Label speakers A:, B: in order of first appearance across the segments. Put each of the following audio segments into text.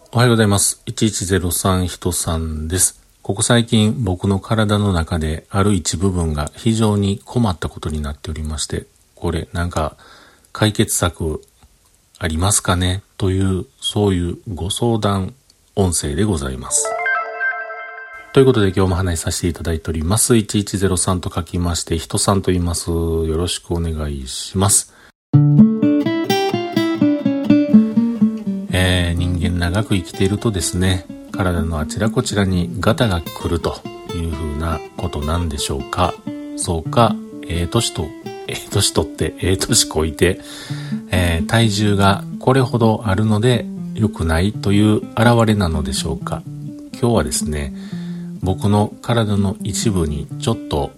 A: おはようございます。1103人さんです。ここ最近僕の体の中である一部分が非常に困ったことになっておりまして、これなんか解決策ありますかねというそういうご相談音声でございます。ということで今日も話しさせていただいております。1103と書きまして人さんと言います。よろしくお願いします。人間長く生きているとですね、体のあちらこちらにガタが来るというふうなことなんでしょうか。そうか、年取って年こいて、体重がこれほどあるので良くないという現れなのでしょうか。今日はですね、僕の体の一部にちょっと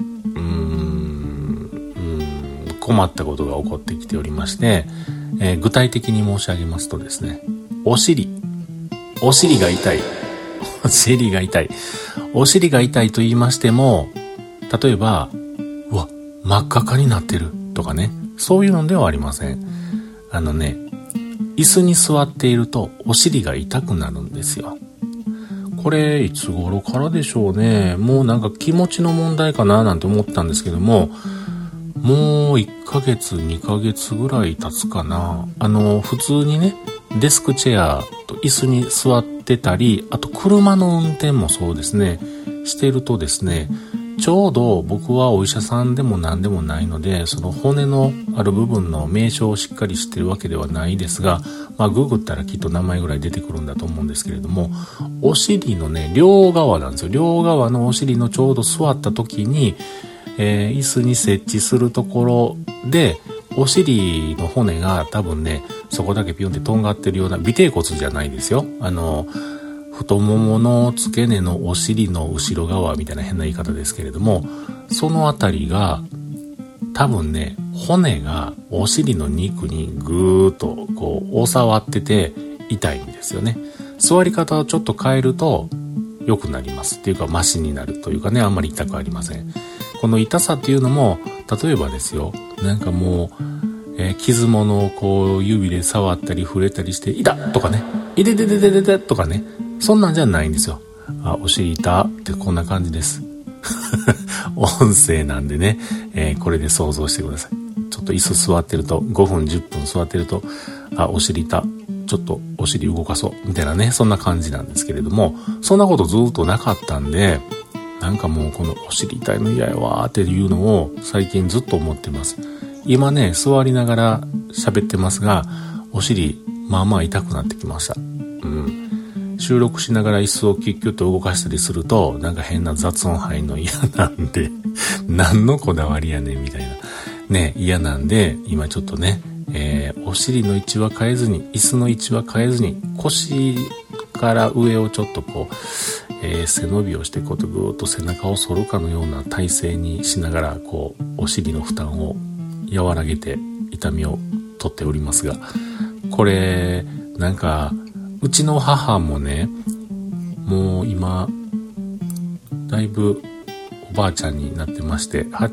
A: 困ったことが起こってきておりまして、具体的に申し上げますとですね、お尻が痛い。お尻が痛いと言いましても、例えば、真っ赤かになってるとかね、そういうのではありません。椅子に座っているとお尻が痛くなるんですよ。これいつ頃からでしょうね。もうなんか気持ちの問題かななんて思ったんですけども、もう1ヶ月2ヶ月ぐらい経つかな。普通にね、デスクチェアと椅子に座ってたり、あと車の運転もそうですね、しているとですね、ちょうど僕はお医者さんでも何でもないので、その骨のある部分の名称をしっかりしてるわけではないですが、ググったらきっと名前ぐらい出てくるんだと思うんですけれども、お尻のね、両側なんですよ。両側のお尻のちょうど座った時に、椅子に設置するところで、お尻の骨が多分ね、そこだけピュンってとんがってるような、尾てい骨じゃないですよ。太ももの付け根のお尻の後ろ側みたいな変な言い方ですけれども、そのあたりが多分ね、骨がお尻の肉にぐーっとこう収まってて痛いんですよね。座り方をちょっと変えると良くなりますっていうか、マシになるというかね、あんまり痛くありません。この痛さっていうのも、例えばですよ、なんかもう、傷物をこう指で触ったり触れたりして痛っとかね、いででででででとかね、そんなんじゃないんですよ。お尻痛ってこんな感じです。音声なんでね、これで想像してください。ちょっと椅子座ってると、5分10分座ってると、お尻痛、ちょっとお尻動かそうみたいなね、そんな感じなんですけれども、そんなことずっとなかったんで、なんかもうこのお尻痛いの嫌やわーっていうのを最近ずっと思ってます。今ね、座りながら喋ってますが、お尻まあまあ痛くなってきました。収録しながら椅子をキュッキュッと動かしたりすると、なんか変な雑音入るの嫌なんで、何のこだわりやねんみたいな。ね、嫌なんで、今ちょっとね、お尻の位置は変えずに、椅子の位置は変えずに、腰から上をちょっとこう、背伸びをしてこうぐーっと背中を反るかのような体勢にしながら、こう、お尻の負担を和らげて痛みを取っておりますが、これ、なんか、うちの母もね、もう今、だいぶおばあちゃんになってまして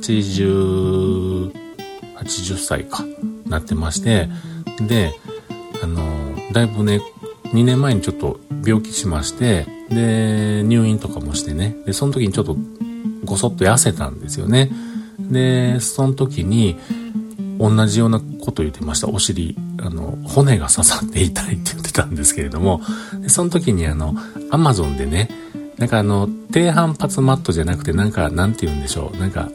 A: 、80歳か、なってまして、で、だいぶね、2年前にちょっと病気しまして、で、入院とかもしてね、で、その時にちょっとごそっと痩せたんですよね。で、その時に、同じようなこと言ってました。お尻、骨が刺さって痛いって言ってたんですけれども、でその時にAmazon でね、なんか低反発マットじゃなくて、なんて言うんでしょう。なんか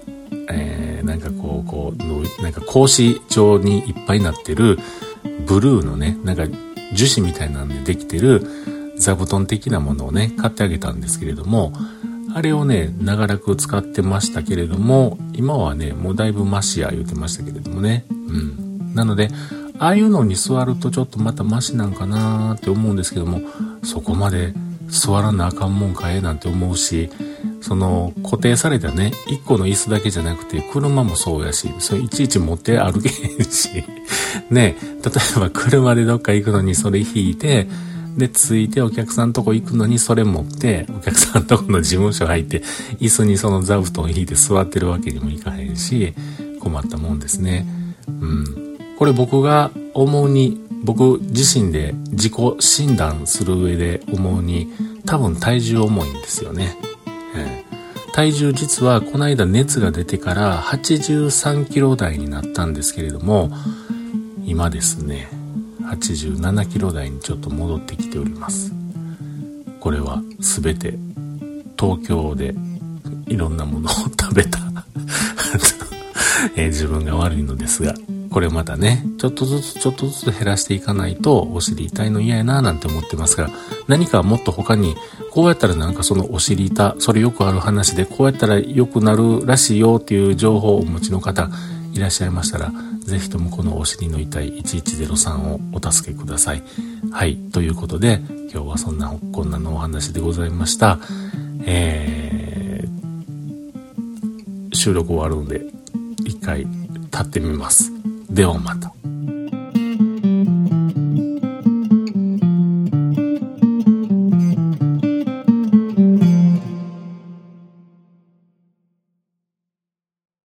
A: 格子状にいっぱいになってる、ブルーのね、なんか樹脂みたいなんでできてる座布団的なものをね、買ってあげたんですけれども、あれをね、長らく使ってましたけれども、今はね、もうだいぶマシや言ってましたけれどもね。なので、ああいうのに座るとちょっとまたマシなんかなーって思うんですけども、そこまで座らなあかんもんかなんて思うし、その固定されたね、一個の椅子だけじゃなくて、車もそうやし、それいちいち持って歩けへんし、ね、例えば車でどっか行くのにそれ引いて、で、ついてお客さんとこ行くのにそれ持って、お客さんとこの事務所入って、椅子にその座布団引いて座ってるわけにもいかへんし、困ったもんですね。 これ僕が思うに、僕自身で自己診断する上で思うに、多分体重重いんですよね。体重実はこの間熱が出てから83キロ台になったんですけれども、今ですね、87キロ台にちょっと戻ってきております。これはすべて東京でいろんなものを食べた自分が悪いのですが、これまたね、ちょっとずつ減らしていかないとお尻痛いの嫌やななんて思ってますが、何かもっと他にこうやったらなんかそのお尻痛、それよくある話でこうやったら良くなるらしいよっていう情報をお持ちの方いらっしゃいましたら、ぜひともこのお尻の痛い1103をお助けください。はい、ということで今日はこんなのお話でございました。収録終わるので一回立ってみます。ではまた。